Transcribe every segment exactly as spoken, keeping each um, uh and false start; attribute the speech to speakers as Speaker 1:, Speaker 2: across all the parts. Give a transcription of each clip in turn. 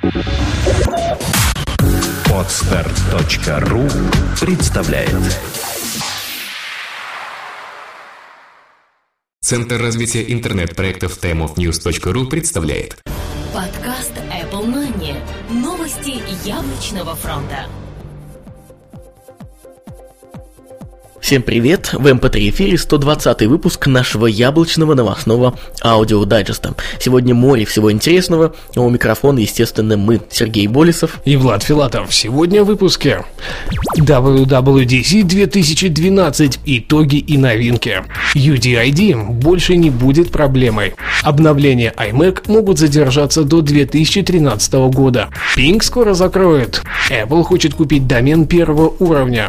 Speaker 1: Подстарт точка ру представляет.
Speaker 2: Центр развития интернет-проектов таймофньюз точка ру представляет
Speaker 3: подкаст Apple Money. Новости яблочного фронта.
Speaker 4: Всем привет! В эм пэ три эфире сто двадцатый выпуск нашего яблочного новостного аудиодайджеста. Сегодня море всего интересного, а у микрофона, естественно, мы, Сергей Болесов
Speaker 5: и Влад Филатов. Сегодня в выпуске дабл ю дабл ю ди си две тысячи двенадцать. Итоги и новинки. ю ди ай ди больше не будет проблемой. Обновления iMac могут задержаться до две тысячи тринадцатого года. Ping скоро закроет. Apple хочет купить домен первого уровня.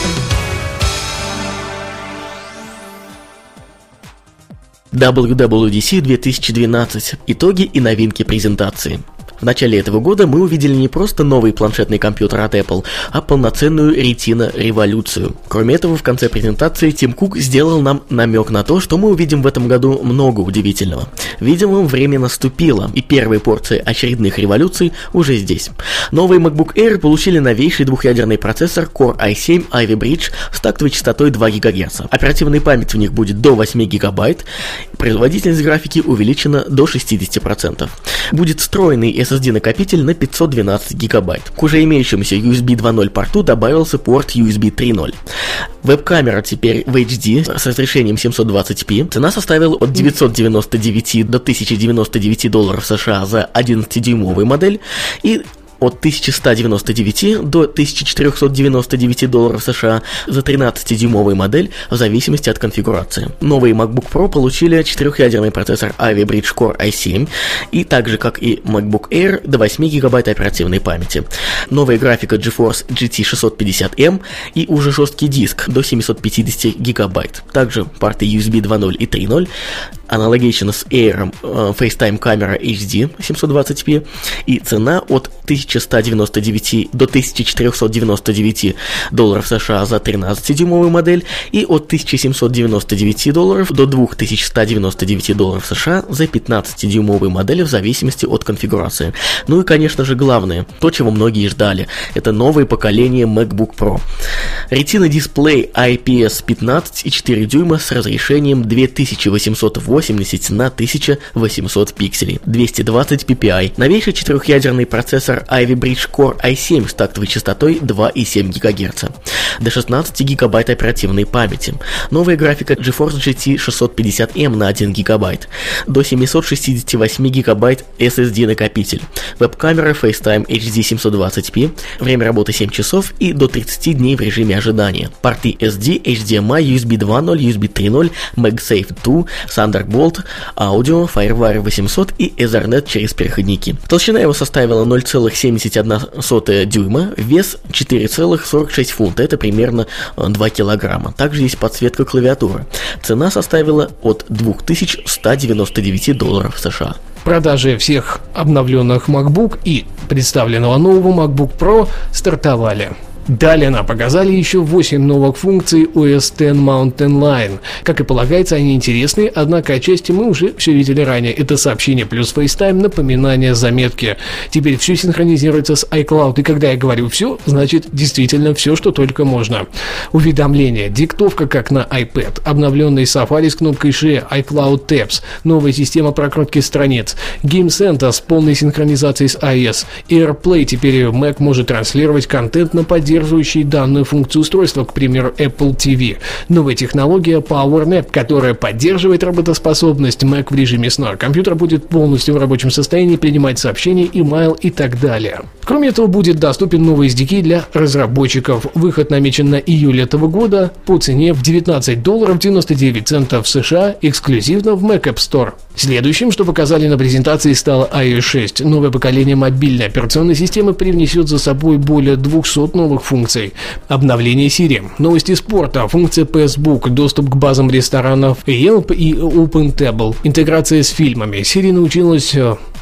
Speaker 4: дабл ю дабл ю ди си две тысячи двенадцать. Итоги и новинки презентации. В начале этого года мы увидели не просто новый планшетный компьютер от Apple, а полноценную ретино-революцию. Кроме этого, в конце презентации Тим Кук сделал нам намек на то, что мы увидим в этом году много удивительного. Видимо, время наступило, и первые порции очередных революций уже здесь. Новые MacBook Air получили новейший двухъядерный процессор Core ай семь Ivy Bridge с тактовой частотой два гигагерца. Оперативная память в них будет до восемь гигабайт, производительность графики увеличена до шестьдесят процентов. Будет встроенный эс эс ди-накопитель на пятьсот двенадцать гигабайт. К уже имеющемуся ю эс би два ноль порту добавился порт ю эс би три ноль. Веб-камера теперь в эйч ди с разрешением семьсот двадцать пи. Цена составила от девятьсот девяносто девять до тысяча девяносто девять долларов США за одиннадцатидюймовую модель и от тысяча сто девяносто девять до тысяча четыреста девяносто девять долларов США за тринадцатидюймовую модель в зависимости от конфигурации. Новые MacBook Pro получили четырехъядерный процессор Ivy Bridge Core ай семь и так же, как и MacBook Air, до восемь гигабайт оперативной памяти. Новая графика GeForce джи ти шестьсот пятьдесят эм и уже жесткий диск до семьсот пятьдесят гигабайт. Также порты ю эс би два ноль и три ноль, аналогично с Air, э, FaceTime камера эйч ди семьсот двадцать пи и цена от тысяча сто девяносто девять до тысяча четыреста девяносто девять долларов США за тринадцатидюймовую модель и от тысяча семьсот девяносто девять долларов до две тысячи сто девяносто девять долларов США за пятнадцатидюймовую модель в зависимости от конфигурации. Ну и, конечно же, главное, то, чего многие ждали, это новое поколение MacBook Pro. Retina дисплей ай пи эс пятнадцать и четыре дюйма с разрешением две тысячи восемьсот восемьдесят на тысяча восемьсот пикселей, двести двадцать пи пи ай, новейший четырехъядерный процессор Ivy Bridge Core ай семь с тактовой частотой два и семь гигагерца, до шестнадцать гигабайт оперативной памяти, новая графика GeForce джи ти шестьсот пятьдесят эм на один гигабайт, до семьсот шестьдесят восемь гигабайт эс эс ди-накопитель, веб-камера FaceTime эйч ди семьсот двадцать пи, время работы семь часов и до тридцать дней в режиме ожидания, порты эс ди, эйч ди эм ай, ю эс би два ноль, ю эс би три ноль, MagSafe два, Thunderbolt, аудио, FireWire восемьсот и Ethernet через переходники. Толщина его составила ноль целых семьдесят одна сотая дюйма, вес четыре целых сорок шесть фунта, это примерно два килограмма. Также есть подсветка клавиатуры. Цена составила от две тысячи сто девяносто девять долларов США.
Speaker 5: Продажи всех обновленных MacBook и представленного нового MacBook Pro стартовали. Далее нам показали еще восемь новых функций о эс десять Mountain Lion. Как и полагается, они интересны, однако отчасти мы уже все видели ранее. Это сообщение плюс FaceTime, напоминание, заметки. Теперь все синхронизируется с iCloud, и когда я говорю все, значит действительно все, что только можно. Уведомления, диктовка как на iPad, обновленный Safari с кнопкой Share, iCloud Tabs, новая система прокрутки страниц, Game Center с полной синхронизацией с iOS, AirPlay, теперь Mac может транслировать контент на поддержку поддерживающие данную функцию устройства, к примеру, Apple ти ви. Новая технология PowerNap, которая поддерживает работоспособность Mac в режиме сна. Компьютер будет полностью в рабочем состоянии принимать сообщения, email и так далее. Кроме этого, будет доступен новый эс ди кей для разработчиков. Выход намечен на июль этого года по цене в девятнадцать долларов девяносто девять центов США, эксклюзивно в Mac App Store. Следующим, что показали на презентации, стало ай о эс шесть. Новое поколение мобильной операционной системы привнесет за собой более двухсот новых функций. Обновление Siri, новости спорта, функция Facebook, доступ к базам ресторанов Yelp и OpenTable, интеграция с фильмами. Siri научилась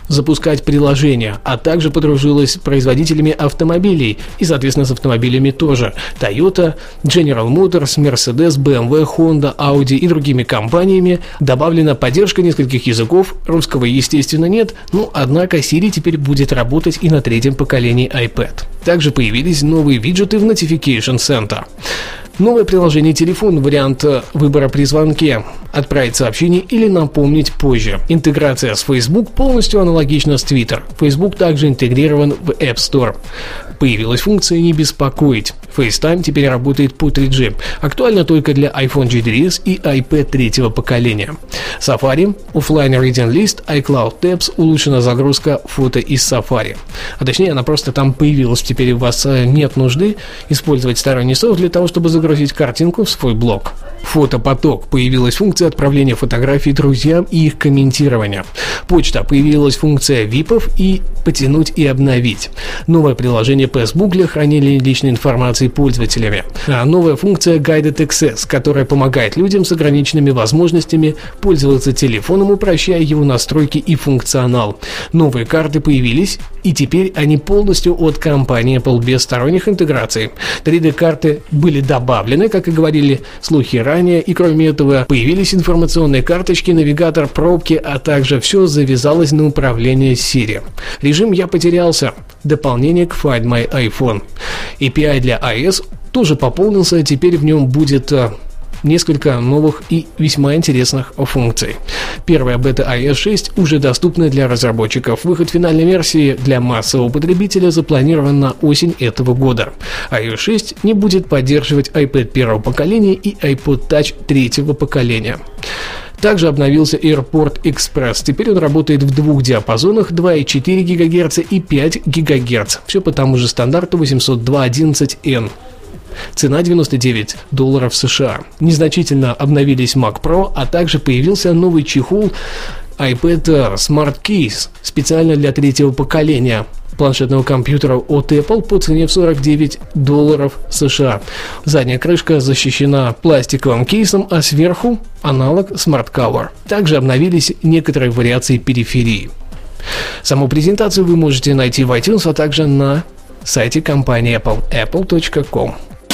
Speaker 5: запускать приложения, а также подружилась с производителями автомобилей и, соответственно, с автомобилями тоже. Toyota, General Motors, Mercedes, бэ эм вэ, Honda, Audi и другими компаниями. Добавлена поддержка нескольких языков, русского, естественно, нет, но, однако, Siri теперь будет работать и на третьем поколении iPad. Также появились новые виджеты в Notification Center. Новое приложение телефон, вариант выбора при звонке, отправить сообщение или напомнить позже. Интеграция с Facebook полностью аналогична с Twitter. Facebook также интегрирован в App Store. Появилась функция «Не беспокоить». FaceTime теперь работает по три джи. Актуально только для iPhone четыре эс и iPad третьего поколения. Safari, Offline Reading List, iCloud Tabs, улучшена загрузка фото из Safari. А точнее, она просто там появилась. Теперь у вас нет нужды использовать сторонний софт для того, чтобы загрузить картинку в свой блог. Фотопоток. Появилась функция отправления фотографий друзьям и их комментирования. Почта. Появилась функция випов и потянуть и обновить. Новое приложение Facebook для хранения личной информации пользователями. А новая функция Guided Access, которая помогает людям с ограниченными возможностями пользоваться телефоном, упрощая его настройки и функционал. Новые карты появились, и теперь они полностью от компании Apple без сторонних интеграций. три дэ-карты были добавлены, как и говорили слухи ранее, и кроме этого появились информационные карточки, навигатор, пробки, а также все завязалось на управление Siri. Режим «Я потерялся». Дополнение к Find My iPhone. эй пи ай для iOS тоже пополнился, теперь в нем будет несколько новых и весьма интересных функций. Первая бета ай о эс шесть уже доступна для разработчиков. Выход финальной версии для массового потребителя запланирован на осень этого года. ай о эс шесть не будет поддерживать iPad первого поколения и iPod Touch третьего поколения. Также обновился AirPort Express. Теперь он работает в двух диапазонах: два и четыре гигагерца и пять гигагерц. Все по тому же стандарту восемьсот два точка одиннадцать эн. Цена девяносто девять долларов США. Незначительно обновились Mac Pro, а также появился новый чехол iPad Smart Case специально для третьего поколения планшетного компьютера от Apple по цене в сорок девять долларов США. Задняя крышка защищена пластиковым кейсом, а сверху аналог Smart Cover. Также обновились некоторые вариации периферии. Саму презентацию вы можете найти в iTunes, а также на сайте компании Apple, apple точка ком.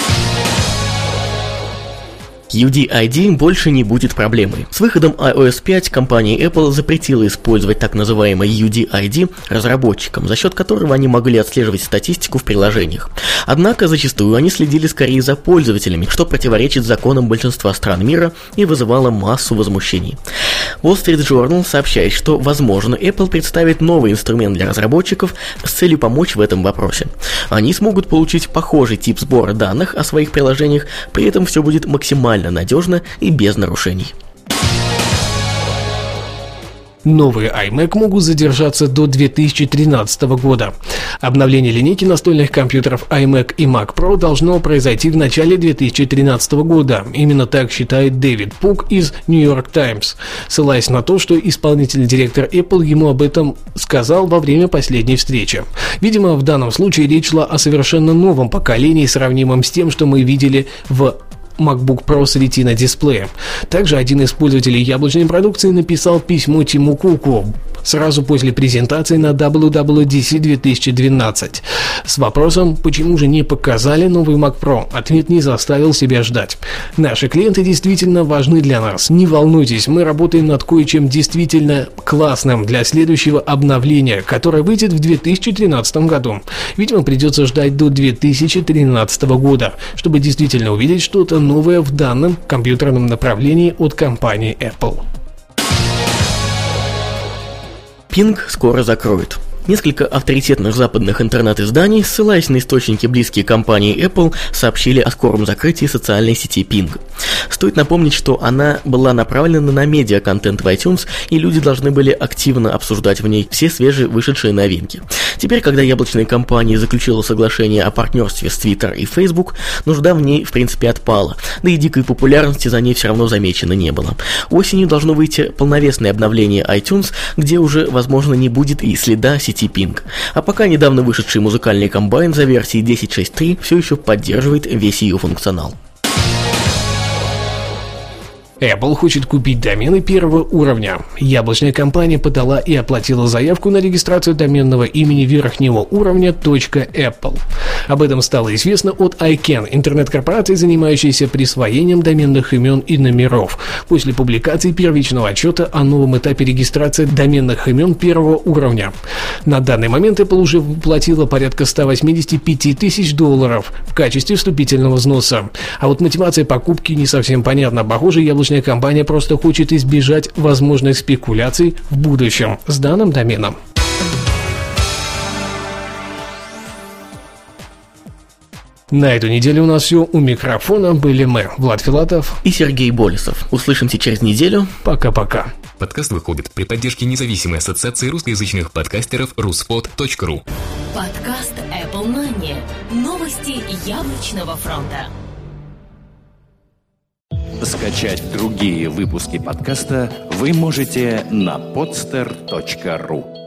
Speaker 4: ю ди ай ди больше не будет проблемой. С выходом ай о эс пять компания Apple запретила использовать так называемый ю ди ай ди разработчикам, за счет которого они могли отслеживать статистику в приложениях. Однако зачастую они следили скорее за пользователями, что противоречит законам большинства стран мира и вызывало массу возмущений. Wall Street Journal сообщает, что, возможно, Apple представит новый инструмент для разработчиков с целью помочь в этом вопросе. Они смогут получить похожий тип сбора данных о своих приложениях, при этом все будет максимально надежно и без нарушений.
Speaker 5: Новые iMac могут задержаться до две тысячи тринадцатого года. Обновление линейки настольных компьютеров iMac и Mac Pro должно произойти в начале две тысячи тринадцатого года. Именно так считает Дэвид Пук из New York Times, ссылаясь на то, что исполнительный директор Apple ему об этом сказал во время последней встречи. Видимо, в данном случае речь шла о совершенно новом поколении, сравнимом с тем, что мы видели в MacBook Pro с Retina дисплеем. Также один из пользователей яблочной продукции написал письмо Тиму Куку сразу после презентации на дабл ю дабл ю ди си две тысячи двенадцать с вопросом, почему же не показали новый Mac Pro. Ответ не заставил себя ждать. Наши клиенты действительно важны для нас. Не волнуйтесь, мы работаем над кое-чем действительно классным для следующего обновления, которое выйдет в две тысячи тринадцатом году. Видимо, придется ждать до две тысячи тринадцатого года, чтобы действительно увидеть что-то новое в данном компьютерном направлении от компании Apple.
Speaker 4: Ping скоро закроют. Несколько авторитетных западных интернет-изданий, ссылаясь на источники, близкие компании Apple, сообщили о скором закрытии социальной сети Ping. Стоит напомнить, что она была направлена на медиа-контент в iTunes, и люди должны были активно обсуждать в ней все свежие вышедшие новинки. Теперь, когда яблочная компания заключила соглашение о партнерстве с Twitter и Facebook, нужда в ней, в принципе, отпала, да и дикой популярности за ней все равно замечено не было. Осенью должно выйти полновесное обновление iTunes, где уже, возможно, не будет и следа сети Ping. А пока недавно вышедший музыкальный комбайн за версией десять точка шесть точка три все еще поддерживает весь ее функционал.
Speaker 5: Apple хочет купить домены первого уровня. Яблочная компания подала и оплатила заявку на регистрацию доменного имени верхнего уровня .apple. Об этом стало известно от iCann, интернет-корпорации, занимающейся присвоением доменных имен и номеров, после публикации первичного отчета о новом этапе регистрации доменных имен первого уровня. На данный момент Apple уже выплатила порядка ста восьмидесяти пяти тысяч долларов в качестве вступительного взноса. А вот мотивация покупки не совсем понятна. Похоже, яблочная компания просто хочет избежать возможных спекуляций в будущем с данным доменом. На эту неделю у нас все. У микрофона были мы, Влад Филатов
Speaker 4: и Сергей Болесов. Услышимся через неделю.
Speaker 5: Пока-пока.
Speaker 2: Подкаст выходит при поддержке независимой ассоциации русскоязычных подкастеров руспод точка ру.
Speaker 3: Подкаст Apple Money. Новости яблочного фронта.
Speaker 1: Скачать другие выпуски подкаста вы можете на podster точка ру.